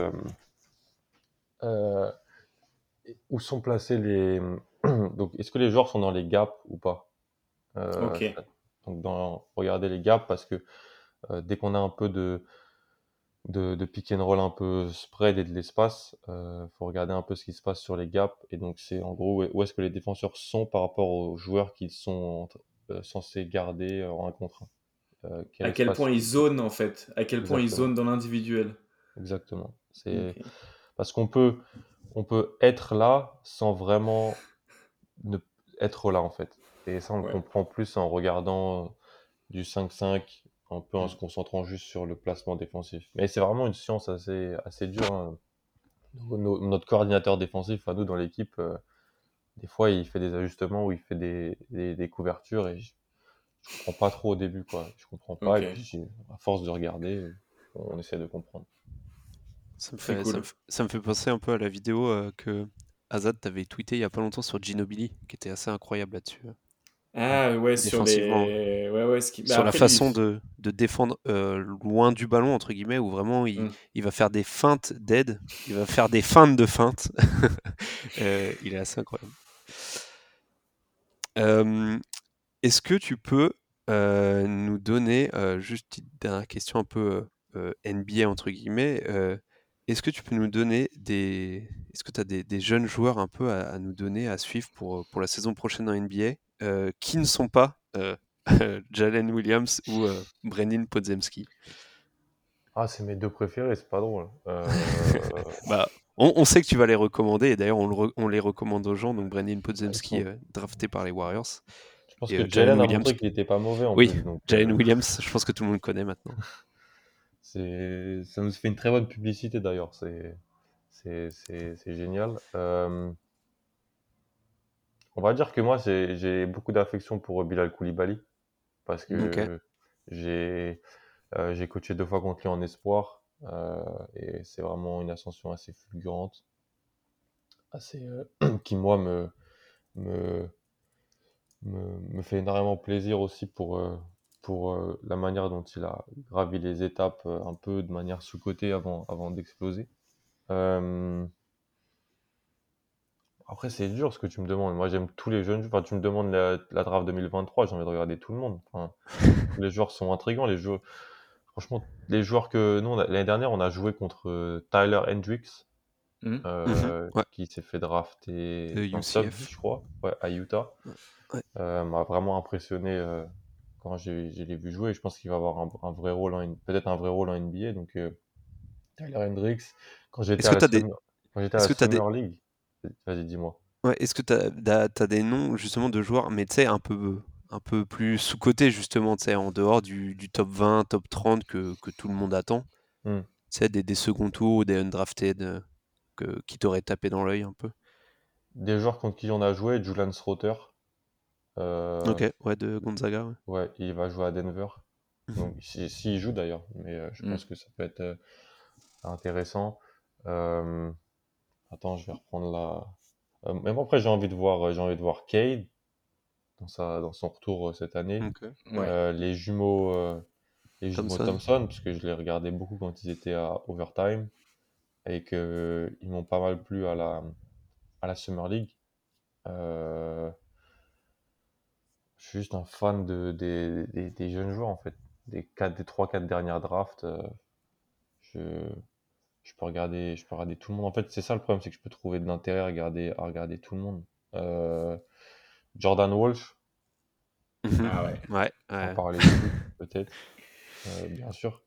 euh, où sont placés les. Donc, est-ce que les joueurs sont dans les gaps ou pas? Ok. Donc, regarder les gaps parce que dès qu'on a un peu de pick and roll un peu spread et de l'espace, faut regarder un peu ce qui se passe sur les gaps. Et donc, c'est en gros où est-ce que les défenseurs sont par rapport aux joueurs qu'ils sont censés garder en un contre un. Quel À quel espace point ils zonent, en fait. À quel point ils exactement, zonent dans l'individuel. exactement. C'est Ok. parce qu'on peut être là sans vraiment ne être là en fait. Et ça, on le Ouais. comprend plus en regardant du 5-5, un peu en Hmm. se concentrant juste sur le placement défensif. Mais c'est vraiment une science assez dure, hein. Notre coordinateur défensif, à nous dans l'équipe, des fois, il fait des ajustements où il fait des couvertures et je comprends pas trop au début, quoi. Je comprends pas. Ok. Et puis, à force de regarder, on essaie de comprendre. Ça me C'est fait, ça me, cool. f- ça me fait penser un peu à la vidéo que Azad t'avait tweeté il y a pas longtemps sur Ginobili, qui était assez incroyable là-dessus. Ah ouais, sur défensivement, les. Ouais, ouais, ce qui. Bah sur la après, façon de défendre loin du ballon, entre guillemets, où vraiment Hmm. il va faire des feintes d'aide, il va faire des feintes de feintes. Il est assez incroyable. Euh, Est-ce que tu peux nous donner, juste une dernière question un peu NBA entre guillemets, est-ce que tu peux nous donner est-ce que tu as des jeunes joueurs un peu à nous donner, à suivre pour la saison prochaine en NBA, qui ne sont pas Jalen Williams ou Brandon Podziemski? Ah, c'est mes deux préférés, c'est pas drôle. Bah, on sait que tu vas les recommander, et d'ailleurs on les recommande aux gens, donc Brandon Ils Podziemski sont... drafté par les Warriors, Je pense et que Jalen Jalen a Williams. montré qu'il était pas mauvais en Oui, plus, donc Jalen Williams, je pense que tout le monde connaît maintenant. ça nous fait une très bonne publicité d'ailleurs, c'est génial. On va dire que moi j'ai beaucoup d'affection pour Bilal Koulibaly parce Ok. que j'ai j'ai coaché 2 fois contre lui en espoir et c'est vraiment une ascension assez fulgurante, assez qui moi me, me fait énormément plaisir aussi pour la manière dont il a gravi les étapes un peu de manière sous-cotée avant d'exploser. Euh, Après, c'est dur ce que tu me demandes. Moi, j'aime tous les jeunes. Enfin, tu me demandes la draft 2023, j'ai envie de regarder tout le monde. Enfin, tous les joueurs sont intrigants. Les joueurs, franchement, les joueurs que nous, l'année dernière, on a joué contre Tyler Hendricks, Hmm. Ouais, qui s'est fait drafter de en sub, UCF. je crois, ouais, à Utah. Ouais, ouais. M'a vraiment impressionné quand je l'ai vu jouer. Je pense qu'il va avoir un vrai rôle peut-être un vrai rôle en NBA. Donc Tyler Hendricks, quand j'étais Est-ce à que la tu as des, Summer, quand j'étais à est-ce la que t'as des, Summer League, vas-y, dis-moi. ouais, est-ce que t'as des noms justement de joueurs, mais tu sais, un peu plus sous-cotés justement, tu sais, en dehors du top 20, top 30 que tout le monde attend. Hmm. Tu sais, des second tours ou des undrafted qui t'auraient tapé dans l'œil un peu. Des joueurs contre qui on a joué, Julian Strouter, Ok, ouais, de Gonzaga, ouais. ouais, il va jouer à Denver. Mhm. Donc, s'il joue d'ailleurs, mais je Hmm. pense que ça peut être intéressant. Euh, Attends, je vais reprendre même après, j'ai envie de voir Cade dans son retour cette année. Ok. Ouais. Les jumeaux Thompson. Thompson, parce que je les regardais beaucoup quand ils étaient à Overtime et que ils m'ont pas mal plu à la Summer League. Euh, je suis juste un fan des jeunes joueurs en fait. Des 3-4 dernières drafts, je, je peux regarder tout le monde. En fait, c'est ça le problème, c'est que je peux trouver de l'intérêt à regarder tout le monde. Euh, Jordan Walsh, Mhm. Ah ouais. Ouais, en ouais. parler foot, peut-être, bien sûr.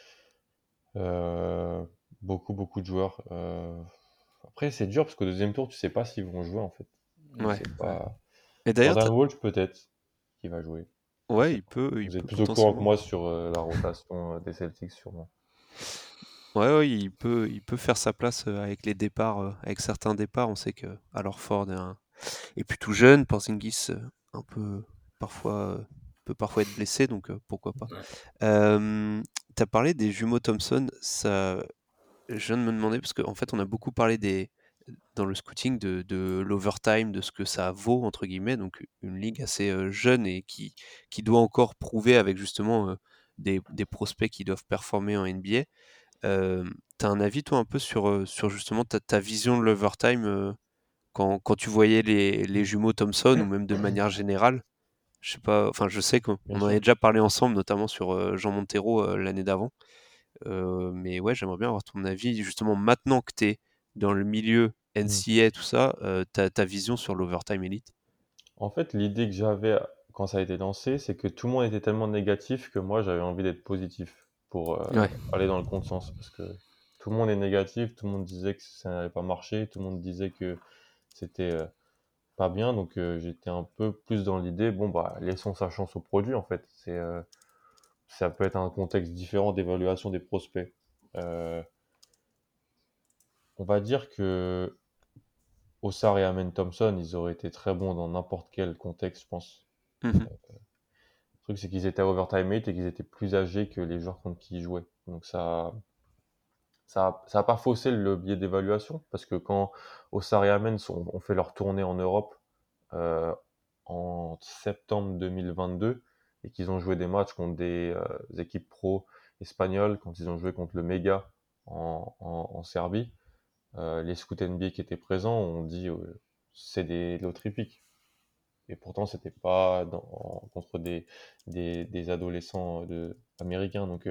Euh, beaucoup de joueurs. Après, c'est dur parce qu'au deuxième tour, tu sais pas s'ils vont jouer en fait. Tu Hmm. Ouais. sais Ouais. pas. Et d'ailleurs, Jordan Walsh, peut-être, qui va jouer. Je ouais, sais pas. il Vous êtes peut plus au courant que potentiellement. moi sur la rotation des Celtics, sûrement. Ouais, ouais, il peut faire sa place avec les départs, avec certains départs. On sait que alors Ford est plutôt jeune, Porzingis un peu parfois peut parfois être blessé, donc pourquoi pas. Ouais. Tu as parlé des jumeaux Thompson, ça, je viens de me demander parce qu'en fait on a beaucoup parlé dans le scouting de l'overtime, de ce que ça vaut entre guillemets, donc une ligue assez jeune et qui doit encore prouver avec justement des prospects qui doivent performer en NBA. Tu un avis toi un peu sur justement ta vision de l'overtime quand tu voyais les jumeaux Thompson ou même de manière générale? Je sais pas, enfin je sais qu'on Bien en sûr. avait déjà parlé ensemble, notamment sur Jean Montero l'année d'avant. Mais ouais, j'aimerais bien avoir ton avis justement maintenant que tu es dans le milieu Mm. NCAA, tout ça, ta vision sur l'overtime elite. En fait, l'idée que j'avais quand ça a été lancé, c'est que tout le monde était tellement négatif que moi, j'avais envie d'être positif pour Ouais. aller dans le contresens. Parce que tout le monde est négatif, tout le monde disait que ça n'allait pas marcher, tout le monde disait que c'était pas bien. Donc, j'étais un peu plus dans l'idée, bon, bah, laissons sa chance au produit, en fait. Ça peut être un contexte différent d'évaluation des prospects. Euh, on va dire que Ossar et Amen Thompson, ils auraient été très bons dans n'importe quel contexte, je pense. Mhm. Le truc, c'est qu'ils étaient à Overtime 8 et qu'ils étaient plus âgés que les joueurs contre qui ils jouaient. Donc ça a pas faussé le biais d'évaluation, parce que quand Ossar et Amen ont fait leur tournée en Europe, euh, en septembre 2022 et qu'ils ont joué des matchs contre des équipes pro espagnoles, quand ils ont joué contre le Mega en Serbie, les scouts NBA qui étaient présents ont dit c'est des lots typiques. Et pourtant, c'était pas contre des adolescents américains. Donc,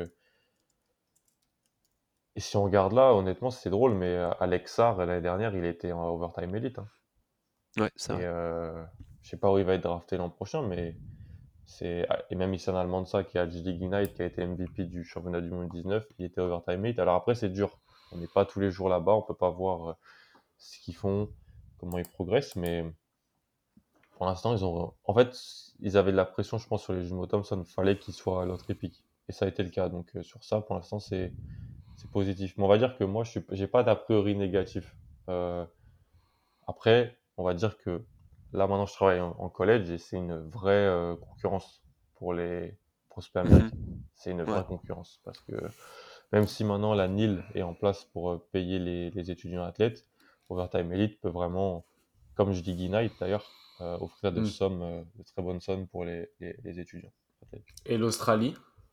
et si on regarde là, honnêtement, c'est drôle, mais Alex Sarr, l'année dernière, il était en Overtime Elite. Hein. Ouais, c'est Et vrai. je sais pas où il va être drafté l'an prochain, mais et même Issam Almansa, qui est à G-League Ignite, qui a été MVP du championnat du monde 19, il était Overtime Elite. Alors après, c'est dur. On n'est pas tous les jours là-bas, on peut pas voir ce qu'ils font, comment ils progressent, mais pour l'instant, en fait, ils avaient de la pression, je pense, sur les jumeaux Thompson. Fallait qu'ils soient à l'autre épique. Et ça a été le cas. Donc, sur ça, pour l'instant, c'est positif. Mais on va dire que moi, j'ai pas d'a priori négatif. Euh, Après, on va dire que là, maintenant, je travaille en collège et c'est une vraie concurrence pour les prospects américains. C'est une Ouais. vraie concurrence parce que même si maintenant la NIL est en place pour payer les étudiants athlètes, Overtime Elite peut vraiment, comme je dis Ignite d'ailleurs, offrir de de très bonnes sommes pour les étudiants athlètes. Et l'Australie?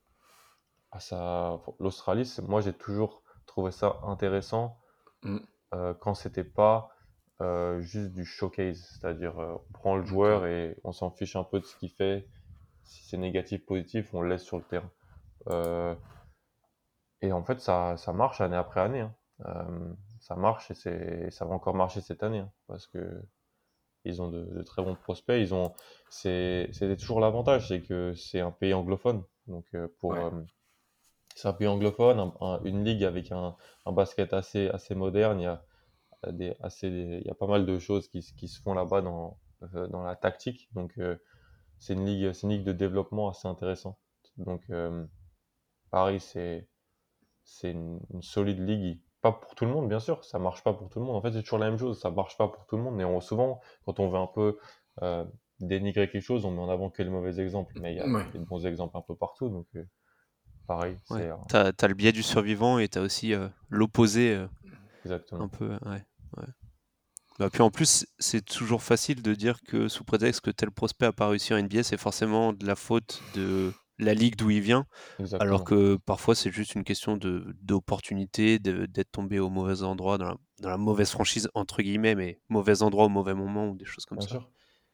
L'Australie, moi j'ai toujours trouvé ça intéressant Mm. quand c'était pas juste du showcase, c'est-à-dire on prend le joueur Ok. et on s'en fiche un peu de ce qu'il fait. Si c'est négatif, positif, on le laisse sur le terrain. Euh, et en fait, ça marche année après année. Hein. Ça marche et ça va encore marcher cette année, hein, parce que ils ont de très bons prospects. C'est toujours l'avantage, c'est que c'est un pays anglophone. Donc Ouais. c'est un pays anglophone, une ligue avec un basket assez moderne. Il y a pas mal de choses qui se font là-bas dans la tactique. Donc c'est une ligue de développement assez intéressante. Donc pareil, c'est une solide ligue. Pas pour tout le monde, bien sûr, ça marche pas pour tout le monde. En fait, c'est toujours la même chose, ça marche pas pour tout le monde. Et souvent, quand on veut un peu euh, dénigrer quelque chose, on met en avant que les mauvais exemples. Mais il y a Ouais. des bons exemples un peu partout. Donc pareil, Ouais. c'est T'as le biais du survivant et t'as aussi l'opposé un exactement. peu. Ouais. Ouais. Bah, puis en plus, c'est toujours facile de dire que sous prétexte que tel prospect a pas réussi en NBA, c'est forcément de la faute de la ligue d'où il vient, alors Exactement. que parfois c'est juste une question d'opportunité, d'être tombé au mauvais endroit, dans la mauvaise franchise, entre guillemets, mais mauvais endroit au mauvais moment ou des choses comme Bien ça. sûr.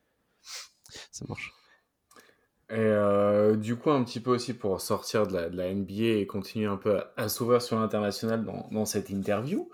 Ça marche. Et du coup, un petit peu aussi pour sortir de la NBA et continuer un peu à s'ouvrir sur l'international dans cette interview.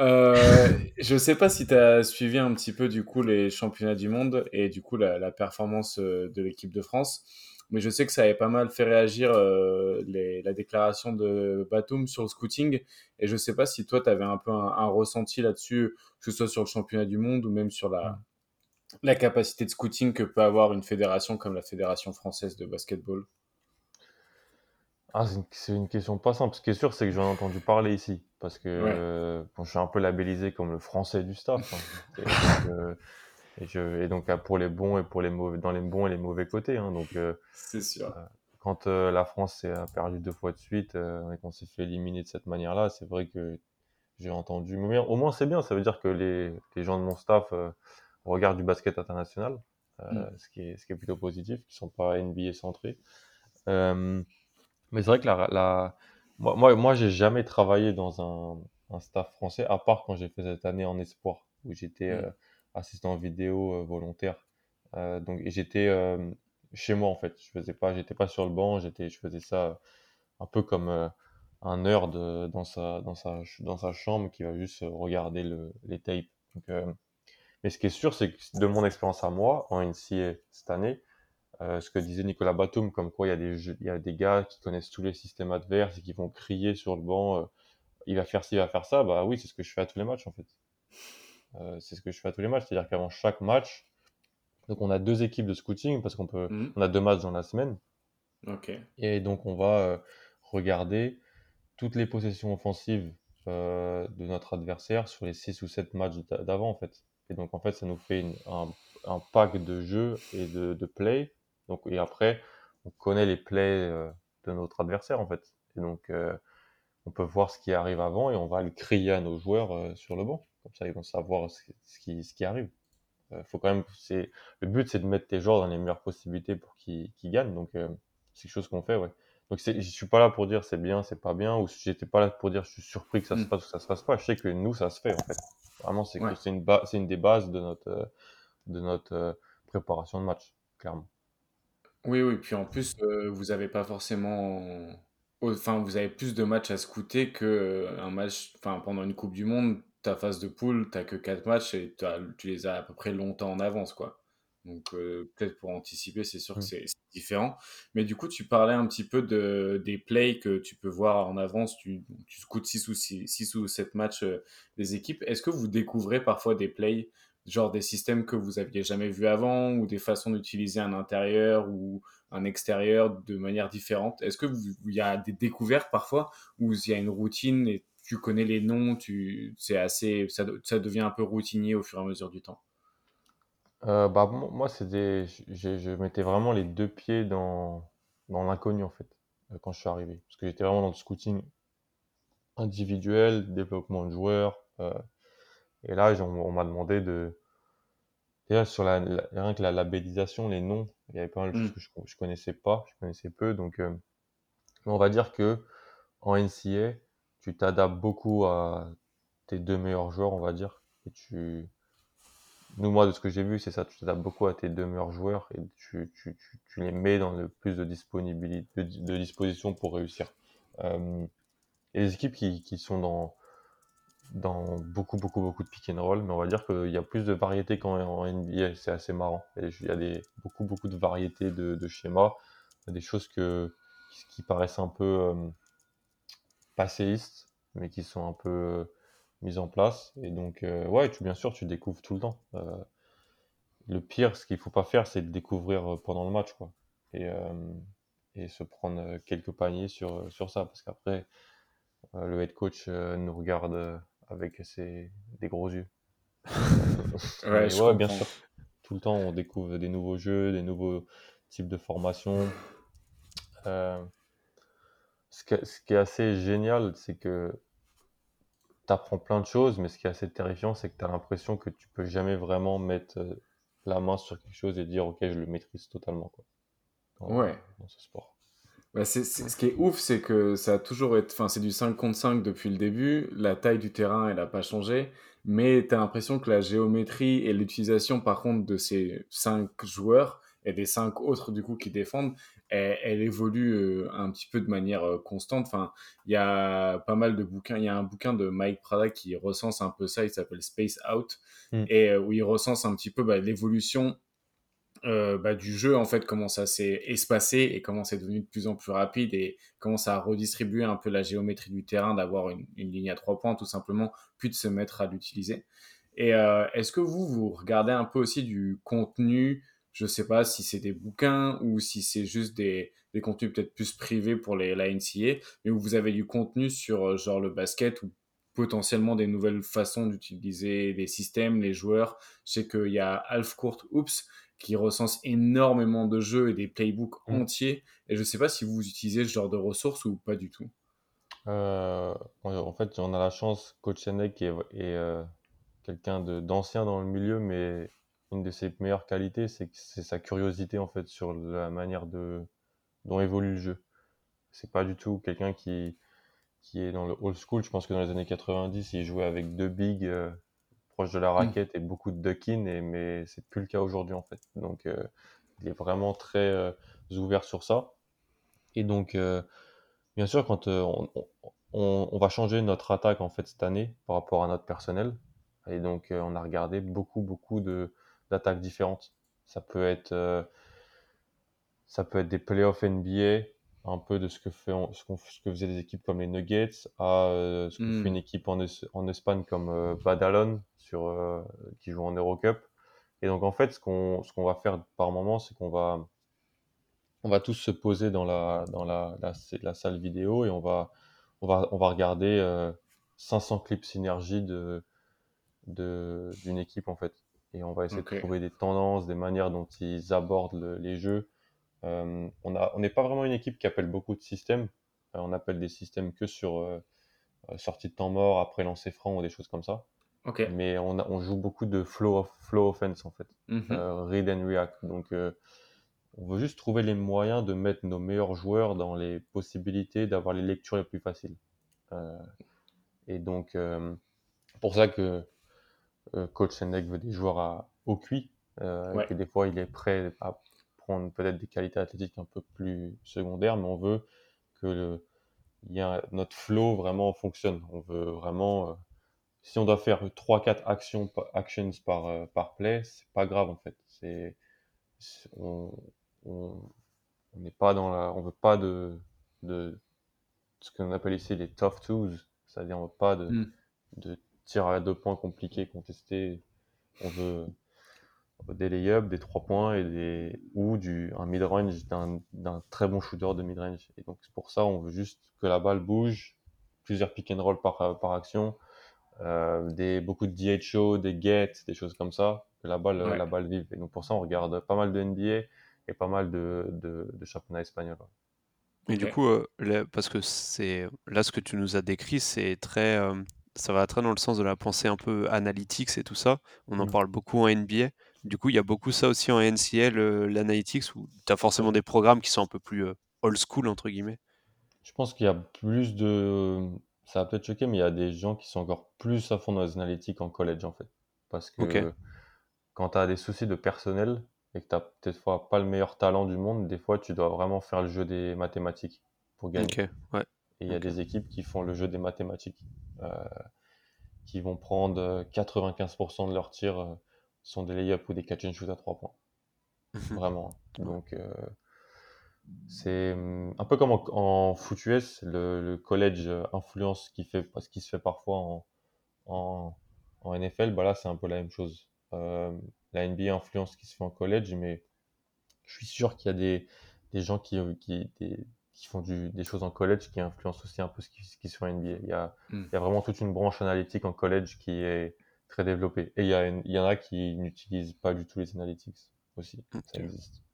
Je sais pas si tu as suivi un petit peu du coup les championnats du monde et du coup la performance de l'équipe de France. Mais je sais que ça avait pas mal fait réagir la déclaration de Batum sur le scouting. Et je sais pas si toi, tu avais un peu un ressenti là-dessus, que ce soit sur le championnat du monde ou même sur la capacité de scouting que peut avoir une fédération comme la Fédération française de basketball. Ah, c'est une question pas simple. Ce qui est sûr, c'est que j'en ai entendu parler ici. Parce que Ouais, bon, je suis un peu labellisé comme le français du staff. Hein. Et donc, pour les bons et pour les mauvais, dans les bons et les mauvais côtés. Hein. Donc, c'est sûr. quand la France a perdu 2 fois de suite et qu'on s'est fait éliminer de cette manière-là, c'est vrai que j'ai entendu. Mais au moins, c'est bien. Ça veut dire que les gens de mon staff regardent du basket international, Mm. ce qui est plutôt positif, qui sont pas NBA centrés. Euh, mais c'est vrai que moi, j'ai jamais travaillé dans un staff français, à part quand j'ai fait cette année en espoir, où j'étais Mm. assistant vidéo volontaire. Donc, et j'étais chez moi en fait. J'étais pas sur le banc. Je faisais ça un peu comme un nerd dans sa chambre qui va juste regarder les tapes. Donc, mais ce qui est sûr, c'est que de mon expérience à moi en NCAA cette année, ce que disait Nicolas Batum, comme quoi il y a des gars qui connaissent tous les systèmes adverses et qui vont crier sur le banc, il va faire ci, il va faire ça. Bah oui, c'est ce que je fais à tous les matchs en fait. C'est ce que je fais à tous les matchs, c'est-à-dire qu'avant chaque match, donc on a 2 équipes de scouting parce Mm. on a 2 matchs dans la semaine Ok. et donc on va regarder toutes les possessions offensives de notre adversaire sur les 6 ou 7 matchs d'avant en fait. Et donc en fait, ça nous fait un pack de jeux et de plays. Donc, et après, on connaît les plays de notre adversaire en fait. Et donc on peut voir ce qui arrive avant et on va le crier à nos joueurs sur le banc. Comme ça, ils vont savoir ce qui arrive. Faut quand même, le but, c'est de mettre tes joueurs dans les meilleures possibilités pour qu'ils gagnent. Donc, c'est quelque chose qu'on fait, ouais. Donc, je suis pas là pour dire c'est bien, c'est pas bien, ou j'étais pas là pour dire je suis surpris que ça se Mm. fasse ou ça se fasse pas. Je sais que nous, ça se fait, en fait. Vraiment, Ouais. c'est une des bases de notre préparation de match, clairement. Oui, oui, puis en plus, vous avez pas forcément enfin, vous avez plus de matchs à scouter que, un match enfin, pendant une coupe du monde, ta phase de poule, t'as que 4 matchs et tu les as à peu près longtemps en avance, quoi. Donc, peut-être pour anticiper, c'est sûr que Mm. c'est différent. Mais du coup, tu parlais un petit peu des plays que tu peux voir en avance. Tu scoutes 6 ou 7 matchs, des équipes. Est-ce que vous découvrez parfois des plays, genre des systèmes que vous aviez jamais vus avant ou des façons d'utiliser un intérieur ou un extérieur de manière différente? Est-ce que il y a des découvertes parfois où il y a une routine et tu connais les noms, ça devient un peu routinier au fur et à mesure du temps? Bah, moi, je mettais vraiment les deux pieds dans l'inconnu, en fait, quand je suis arrivé. Parce que j'étais vraiment dans le scouting individuel, développement de joueurs. Et là, on m'a demandé déjà sur rien que la labellisation, les noms, il y avait pas mal de choses Hmm. que je connaissais pas, je connaissais peu. Donc, mais on va dire que en NCA, tu t'adaptes beaucoup à tes deux meilleurs joueurs, on va dire. Et moi, de ce que j'ai vu, c'est ça, tu t'adaptes beaucoup à tes deux meilleurs joueurs et tu les mets dans le plus de disponibilité, de disposition pour réussir. Et les équipes qui sont dans beaucoup de pick and roll, mais on va dire qu'il y a plus de variété qu'en NBA, c'est assez marrant. Et il y a beaucoup de variétés de schémas, des choses qui paraissent un peu passéistes, mais qui sont un peu mises en place. Et donc, ouais, bien sûr, tu découvres tout le temps. Le pire, ce qu'il faut pas faire, c'est de découvrir pendant le match, quoi. Et, euh, et se prendre quelques paniers sur ça, parce qu'après, le head coach nous regarde avec des gros yeux. Ouais, Mais je ouais, bien comprends. sûr, tout le temps, on découvre des nouveaux jeux, des nouveaux types de formations. Euh, ce qui est assez génial, c'est que tu apprends plein de choses, mais ce qui est assez terrifiant, c'est que tu as l'impression que tu peux jamais vraiment mettre la main sur quelque chose et dire, OK, je le maîtrise totalement, quoi, Ouais. dans ce sport. Bah, ce qui est ouf, c'est que ça a toujours été, enfin, c'est du 5 contre 5 depuis le début. La taille du terrain, elle n'a pas changé. Mais tu as l'impression que la géométrie et l'utilisation, par contre, de ces 5 joueurs et des 5 autres, du coup, qui défendent, elle évolue un petit peu de manière constante. Enfin, il y a pas mal de bouquins. Il y a un bouquin de Mike Prada qui recense un peu ça. Il s'appelle Space Out. Mm. Et où il recense un petit peu l'évolution du jeu, en fait, comment ça s'est espacé et comment c'est devenu de plus en plus rapide et comment ça a redistribué un peu la géométrie du terrain, d'avoir une ligne à 3 points tout simplement, puis de se mettre à l'utiliser. Et est-ce que vous regardez un peu aussi du contenu, je sais pas si c'est des bouquins ou si c'est juste des contenus peut-être plus privés pour la NCA, mais où vous avez du contenu sur genre le basket ou potentiellement des nouvelles façons d'utiliser les systèmes, les joueurs. Je sais qu'il y a Half Court Hoops qui recense énormément de jeux et des playbooks Mm. entiers. Et je sais pas si vous utilisez ce genre de ressources ou pas du tout. Euh, En fait, on a la chance, Coach Yannick est quelqu'un d'ancien dans le milieu, mais une de ses meilleures qualités, c'est sa curiosité en fait sur la manière dont évolue le jeu. C'est pas du tout quelqu'un qui est dans le old school. Je pense que dans les années 90, il jouait avec deux bigs proches de la Mm. raquette et beaucoup de duck-in, mais c'est plus le cas aujourd'hui en fait. Donc, il est vraiment très ouvert sur ça. Et donc, bien sûr, quand on va changer notre attaque en fait cette année par rapport à notre personnel, et donc on a regardé beaucoup d'attaques différentes. Ça peut être euh, ça peut être des playoffs NBA, un peu de ce que faisaient des équipes comme les Nuggets, à ce que fait une Mm. équipe en Espagne comme Badalone qui joue en Eurocup. Et donc en fait, ce qu'on va faire par moment, c'est qu'on va tous se poser dans la salle vidéo et on va regarder 500 clips synergie d'une équipe en fait. Et on va essayer de Ok. trouver des tendances, des manières dont ils abordent les jeux. On n'est pas vraiment une équipe qui appelle beaucoup de systèmes. On appelle des systèmes que sur sortie de temps mort, après lancer franc ou des choses comme ça. Ok. mais on joue beaucoup de flow offense en fait, read and react. Donc, on veut juste trouver les moyens de mettre nos meilleurs joueurs dans les possibilités d'avoir les lectures les plus faciles. Et donc, pour ça que Coach Sendek veut des joueurs au QI, et que des fois il est prêt à prendre peut-être des qualités athlétiques un peu plus secondaires, mais on veut que notre flow vraiment fonctionne. On veut vraiment, si on doit faire 3-4 actions par play, c'est pas grave en fait. On n'est pas on veut pas de ce qu'on appelle ici les tough twos, c'est-à-dire on veut pas de tirs à 2 points compliqués, contestés. On veut des lay-ups, des 3 points ou un mid-range d'un très bon shooter de mid-range. Et donc c'est pour ça on veut juste que la balle bouge, plusieurs pick and roll par action, beaucoup de DHO, des gets, des choses comme ça, que la balle vive. Et donc pour ça on regarde pas mal de NBA et pas mal de championnat espagnol. Et du coup, parce que là ce que tu nous as décrit, c'est très, ça va très dans le sens de la pensée un peu analytics et tout ça. On en parle beaucoup en NBA. Du coup, il y a beaucoup ça aussi en NCL, l'analytics, où tu as forcément des programmes qui sont un peu plus old school, entre guillemets. Je pense qu'il y a plus ça va peut-être choquer, mais il y a des gens qui sont encore plus à fond dans les analytiques en college, en fait. Parce que quand tu as des soucis de personnel et que tu n'as peut-être pas le meilleur talent du monde, des fois, tu dois vraiment faire le jeu des mathématiques pour gagner. Et il y a des équipes qui font le jeu des mathématiques, qui vont prendre 95% de leurs tirs sont des lay-ups ou des catch and shoot à 3 points. Vraiment. Donc, c'est un peu comme en foot US, le college influence ce qui se fait parfois en NFL. Bah là, c'est un peu la même chose. La NBA influence ce qui se fait en college, mais je suis sûr qu'il y a des gens qui font des choses en college qui influencent aussi un peu ce qui se fait en NBA. Il y a vraiment toute une branche analytique en college qui est très développée. Et il y en a qui n'utilisent pas du tout les analytics aussi. Ça existe.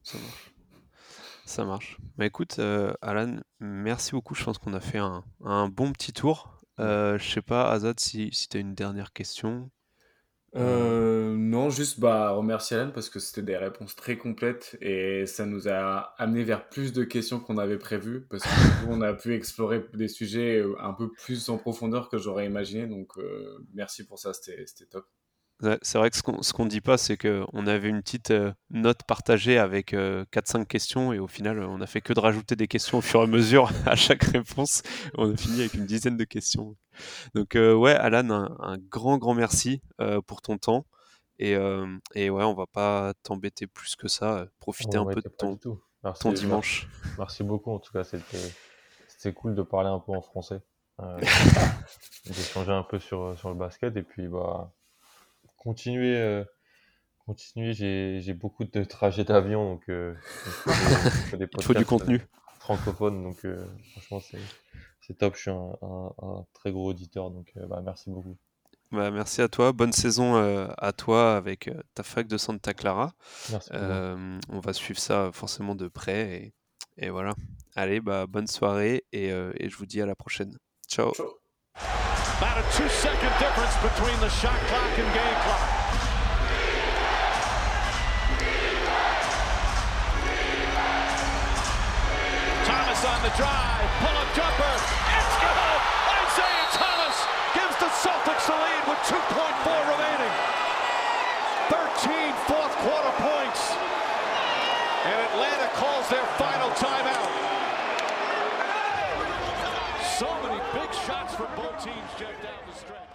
Ça marche. Bah écoute, Alan, merci beaucoup. Je pense qu'on a fait un bon petit tour. Je sais pas, Azad, si tu as une dernière question. Non, juste remercier Alan parce que c'était des réponses très complètes et ça nous a amené vers plus de questions qu'on avait prévues parce que du coup, on a pu explorer des sujets un peu plus en profondeur que j'aurais imaginé. Donc, merci pour ça, c'était top. Ouais, c'est vrai que ce qu'on dit pas, c'est qu'on avait une petite note partagée avec 4-5 questions et au final, on a fait que de rajouter des questions au fur et à mesure à chaque réponse. On a fini avec une dizaine de questions. Donc ouais, Alan, un grand merci pour ton temps. Et ouais, on va pas t'embêter plus que ça. Profiter un peu de ton dimanche. Merci beaucoup, en tout cas, c'était cool de parler un peu en français. D'échanger un peu sur le basket et puis continuer. J'ai beaucoup de trajets d'avion, donc il faut du contenu francophone, donc franchement c'est top. Je suis un très gros auditeur, donc merci beaucoup. Merci à toi, bonne saison à toi avec ta fac de Santa Clara. Merci. On va suivre ça forcément de près et voilà. Allez, bonne soirée et je vous dis à la prochaine. Ciao. About a 2-second difference between the shot clock and game clock. Thomas on the drive, pull-up jumper, it's good! Isaiah Thomas gives the Celtics the lead with 2.4 remaining. 13 fourth quarter points. And Atlanta calls their final timeout. So many big shots for both teams, Jeff, down the stretch.